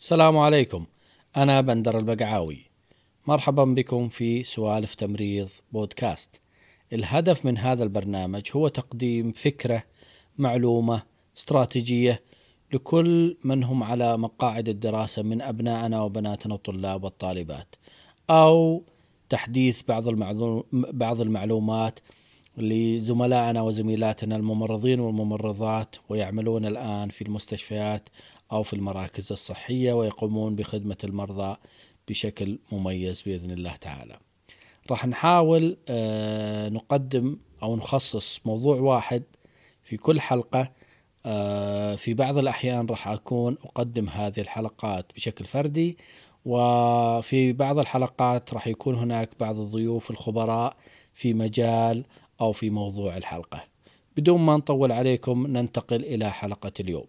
السلام عليكم. أنا بندر البقعاوي. مرحبا بكم في سوالف تمريض بودكاست. الهدف من هذا البرنامج هو تقديم فكرة، معلومة، استراتيجية لكل من هم على مقاعد الدراسة من أبنائنا وبناتنا الطلاب والطالبات، أو تحديث بعض المعلومات لزملائنا وزميلاتنا الممرضين والممرضات ويعملون الآن في المستشفيات أو في المراكز الصحية ويقومون بخدمة المرضى بشكل مميز بإذن الله تعالى. راح نحاول نقدم أو نخصص موضوع واحد في كل حلقة. في بعض الأحيان راح أكون أقدم هذه الحلقات بشكل فردي، وفي بعض الحلقات راح يكون هناك بعض الضيوف الخبراء في مجال أو في موضوع الحلقة. بدون ما نطول عليكم ننتقل إلى حلقة اليوم.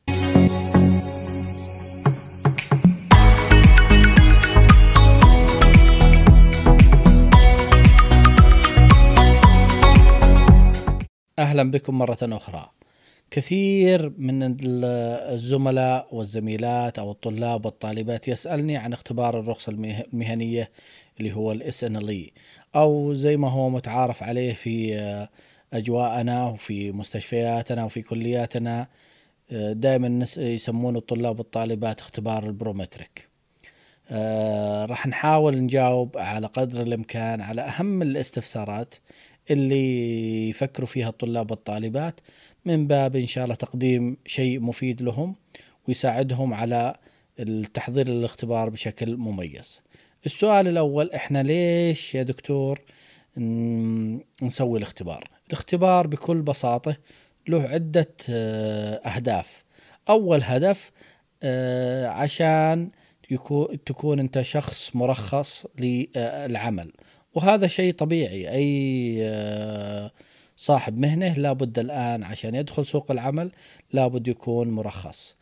أهلا بكم مرة أخرى. كثير من الزملاء والزميلات أو الطلاب والطالبات يسألني عن اختبار الرخصة المهنية اللي هو الSNLE، أو زي ما هو متعارف عليه في أجواءنا وفي مستشفياتنا وفي كلياتنا، دائما يسمون الطلاب والطالبات اختبار البرومتريك. راح نحاول نجاوب على قدر الإمكان على أهم الاستفسارات اللي يفكروا فيها الطلاب والطالبات، من باب إن شاء الله تقديم شيء مفيد لهم ويساعدهم على التحضير للاختبار بشكل مميز. السؤال الأول: إحنا ليش يا دكتور نسوي الاختبار؟ الاختبار بكل بساطة له عدة أهداف. أول هدف عشان تكون أنت شخص مرخص للعمل، وهذا شيء طبيعي. أي صاحب مهنة لابد الآن عشان يدخل سوق العمل لابد يكون مرخص.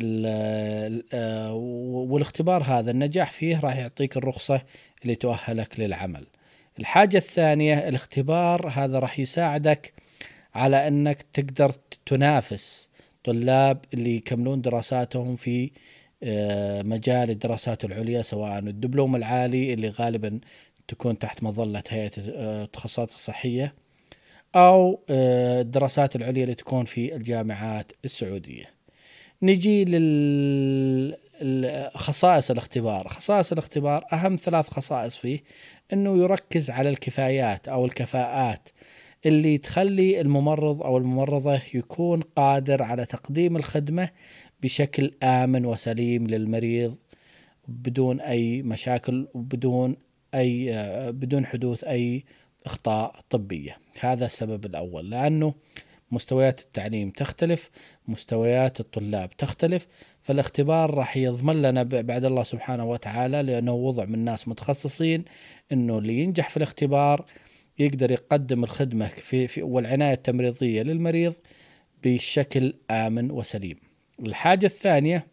والاختبار هذا النجاح فيه راح يعطيك الرخصة اللي تؤهلك للعمل. الحاجة الثانية: الاختبار هذا راح يساعدك على أنك تقدر تنافس طلاب اللي يكملون دراساتهم في مجال الدراسات العليا، سواء الدبلوم العالي اللي غالبا تكون تحت مظلة هيئة التخصصات الصحية، أو الدراسات العليا اللي تكون في الجامعات السعودية. نجي لخصائص الاختبار. خصائص الاختبار أهم 3 خصائص فيه: أنه يركز على الكفايات أو الكفاءات اللي تخلي الممرض أو الممرضة يكون قادر على تقديم الخدمة بشكل آمن وسليم للمريض بدون أي مشاكل بدون حدوث أي أخطاء طبية. هذا السبب الأول، لأنه مستويات التعليم تختلف، مستويات الطلاب تختلف، فالاختبار راح يضمن لنا بعد الله سبحانه وتعالى، لأنه وضع من ناس متخصصين، أنه اللي ينجح في الاختبار يقدر يقدم الخدمة والعناية التمريضية للمريض بشكل آمن وسليم. الحاجة الثانية: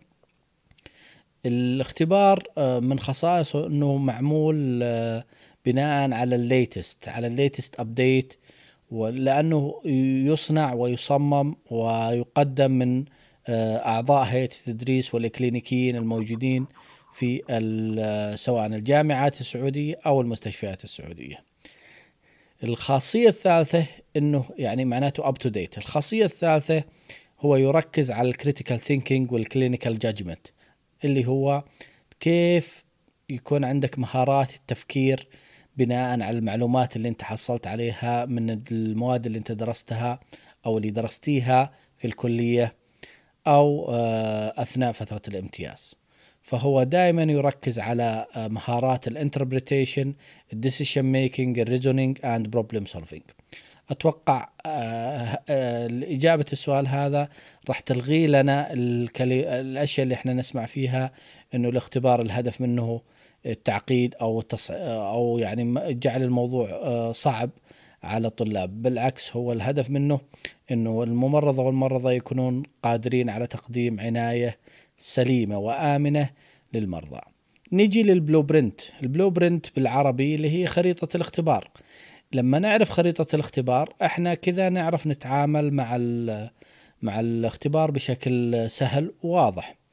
الاختبار من خصائصه أنه معمول بناء على الليتست أبديت، ولأنه يصنع ويصمم ويقدم من أعضاء هيئة التدريس والإكلينيكيين الموجودين في سواء الجامعات السعودية أو المستشفيات السعودية. الخاصية الثالثة أنه يعني معناته up to date. الخاصية الثالثة هو يركز على الكريتيكال ثينكينج والكلينيكال جادجمنت، اللي هو كيف يكون عندك مهارات التفكير بناء على المعلومات اللي انت حصلت عليها من المواد اللي انت درستها أو اللي درستيها في الكلية أو أثناء فترة الامتياز. فهو دائما يركز على مهارات الانتربريتيشن، الديسيشن ميكينج، الريزونينج اند بروبلم سولفينج. أتوقع إجابة السؤال هذا راح تلغي لنا الأشياء اللي احنا نسمع فيها إنه الاختبار الهدف منه التعقيد أو يعني جعل الموضوع صعب على الطلاب. بالعكس، هو الهدف منه إنه الممرضة والممرضة يكونون قادرين على تقديم عناية سليمة وآمنة للمرضى. نيجي للبلوبرنت. البلوبرنت بالعربي اللي هي خريطة الاختبار. لما نعرف خريطة الاختبار احنا كذا نعرف نتعامل مع الاختبار بشكل سهل وواضح.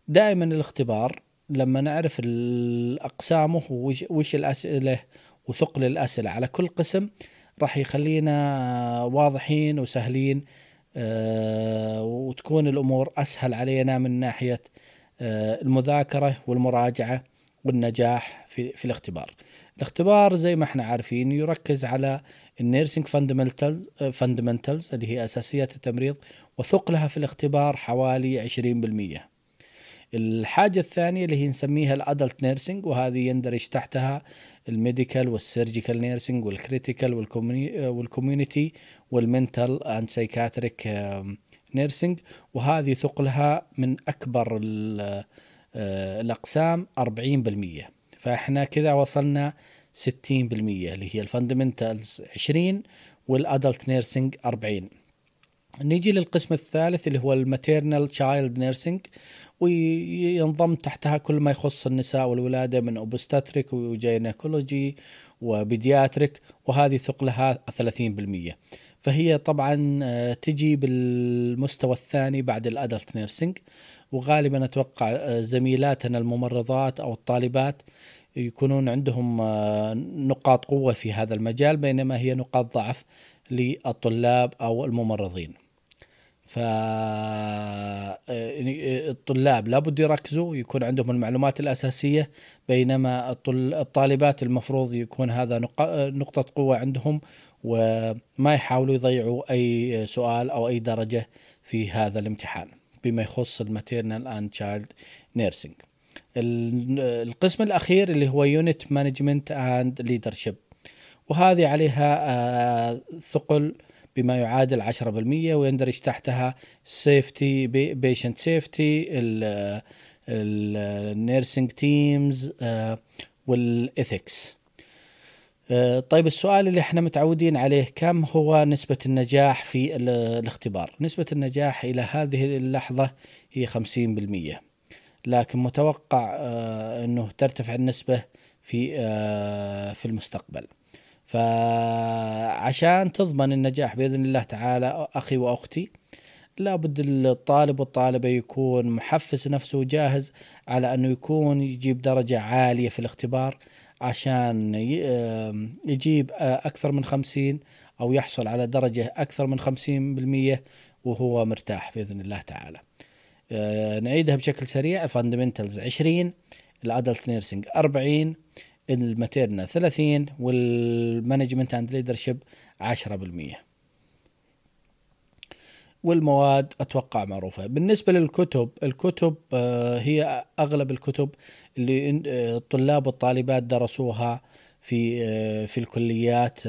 دائما الاختبار لما نعرف أقسامه وش الأسئلة وثقل الأسئلة على كل قسم راح يخلينا واضحين وسهلين، وتكون الأمور أسهل علينا من ناحية المذاكرة والمراجعة والنجاح في الاختبار. الاختبار زي ما احنا عارفين يركز على النيرسينج فاندمنتالز اللي هي أساسيات التمريض، وثقلها في الاختبار حوالي 20%. الحاجة الثانية اللي هي نسميها الادلت نيرسينج، وهذه يندرج تحتها الميديكال والسيرجيكال نيرسينج والكريتيكال والكوميونيتي والمنتال اند سايكاتريك نيرسينج، وهذه ثقلها من اكبر الاقسام 40%. فاحنا كذا وصلنا 60%، اللي هي الفاندمنتالز 20 والادلت نيرسينج 40. نيجي للقسم الثالث اللي هو الماتيرنال تشايلد نيرسينج، وينضم تحتها كل ما يخص النساء والولادة من أوبستاتريك وجينيكولوجي وبيدياتريك، وهذه ثقلها 30%. فهي طبعا تجي بالمستوى الثاني بعد الأدلت نيرسينج، وغالبا أتوقع زميلاتنا الممرضات أو الطالبات يكونون عندهم نقاط قوة في هذا المجال، بينما هي نقاط ضعف للطلاب أو الممرضين. فالطلاب لابد يركزوا يكون عندهم المعلومات الأساسية، بينما الطالبات المفروض يكون هذا نقطة قوة عندهم، وما يحاولوا يضيعوا أي سؤال أو أي درجة في هذا الامتحان بما يخص الماتيرنال اند تشايلد نيرسينج. القسم الأخير اللي هو يونت مانجمنت اند ليدرشيب، وهذه عليها ثقل بما يعادل 10%، ويندرج تحتها سيفتي بيشنت سيفتي النيرسينج تيمز والإثكس. طيب السؤال اللي احنا متعودين عليه، كم هو نسبة النجاح في الاختبار؟ نسبة النجاح إلى هذه اللحظة هي 50%، لكن متوقع أنه ترتفع النسبة في المستقبل. فعشان تضمن النجاح بإذن الله تعالى أخي وأختي، لابد الطالب والطالبة يكون محفز نفسه جاهز على أنه يكون يجيب درجة عالية في الاختبار، عشان يجيب أكثر من 50 أو يحصل على درجة أكثر من 50% وهو مرتاح بإذن الله تعالى. نعيدها بشكل سريع: الفاندمنتالز 20، الادلت نيرسينج 40، الماتيرنا 30، والمانجمنت اند ليدرشيب 10%. والمواد أتوقع معروفة. بالنسبة للكتب، الكتب هي أغلب الكتب اللي الطلاب والطالبات درسوها في الكليات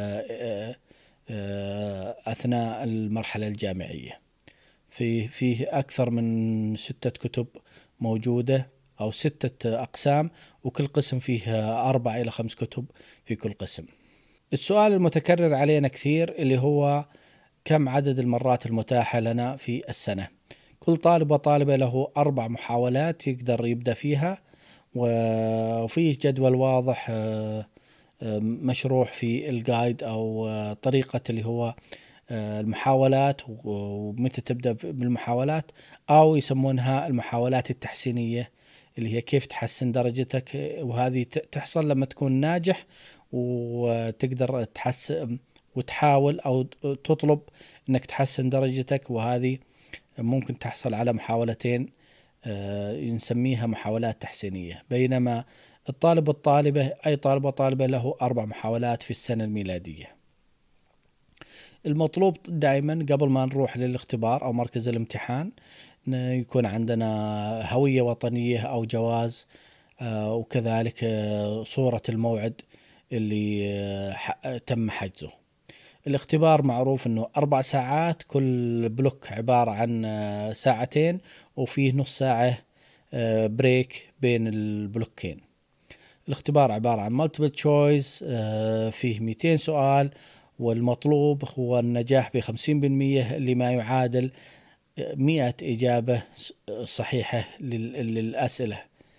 أثناء المرحلة الجامعية. في أكثر من 6 كتب موجودة أو 6 أقسام، وكل قسم فيه 4 إلى 5 كتب في كل قسم. السؤال المتكرر علينا كثير اللي هو كم عدد المرات المتاحة لنا في السنة؟ كل طالب وطالبة له 4 محاولات يقدر يبدأ فيها، وفيه جدول واضح مشروح في الجايد أو طريقة اللي هو المحاولات ومتى تبدأ بالمحاولات، أو يسمونها المحاولات التحسينية، اللي هي كيف تحسن درجتك، وهذه تحصل لما تكون ناجح وتقدر تحسن وتحاول أو تطلب أنك تحسن درجتك، وهذه ممكن تحصل على محاولتين نسميها محاولات تحسينية. بينما الطالب والطالبة، أي طالب وطالبة له 4 محاولات في السنة الميلادية. المطلوب دائما قبل ما نروح للاختبار أو مركز الامتحان يكون عندنا هوية وطنية أو جواز، وكذلك صورة الموعد اللي تم حجزه. الاختبار معروف أنه 4 ساعات، كل بلوك عبارة عن 2 ساعة، وفيه نص ساعة بريك بين البلوكين. الاختبار عبارة عن multiple choice، فيه 200 سؤال، والمطلوب هو النجاح ب50% لما يعادل 100 إجابة صحيحة للأسئلة.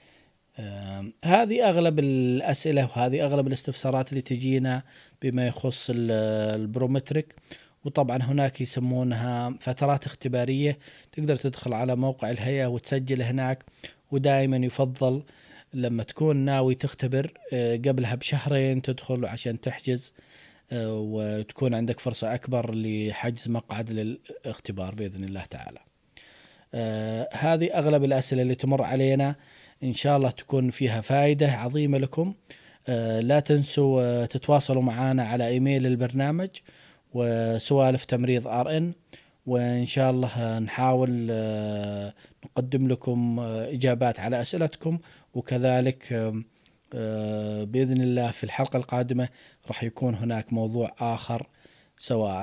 هذه أغلب الأسئلة وهذه أغلب الاستفسارات اللي تجينا بما يخص البرومتريك، وطبعا هناك يسمونها فترات اختبارية، تقدر تدخل على موقع الهيئة وتسجل هناك. ودائما يفضل لما تكون ناوي تختبر قبلها بشهرين تدخل عشان تحجز، وتكون عندك فرصة أكبر لحجز مقعد للاختبار بإذن الله تعالى. هذه أغلب الأسئلة اللي تمر علينا، إن شاء الله تكون فيها فائدة عظيمة لكم. لا تنسوا تتواصلوا معنا على إيميل البرنامج وسوالف تمريض RN، وإن شاء الله نحاول نقدم لكم إجابات على أسئلتكم. وكذلك بإذن الله في الحلقة القادمة راح يكون هناك موضوع آخر، سواء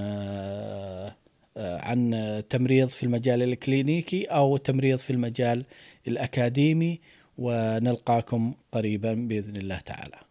عن تمريض في المجال الكلينيكي أو تمريض في المجال الأكاديمي. ونلقاكم قريبا بإذن الله تعالى.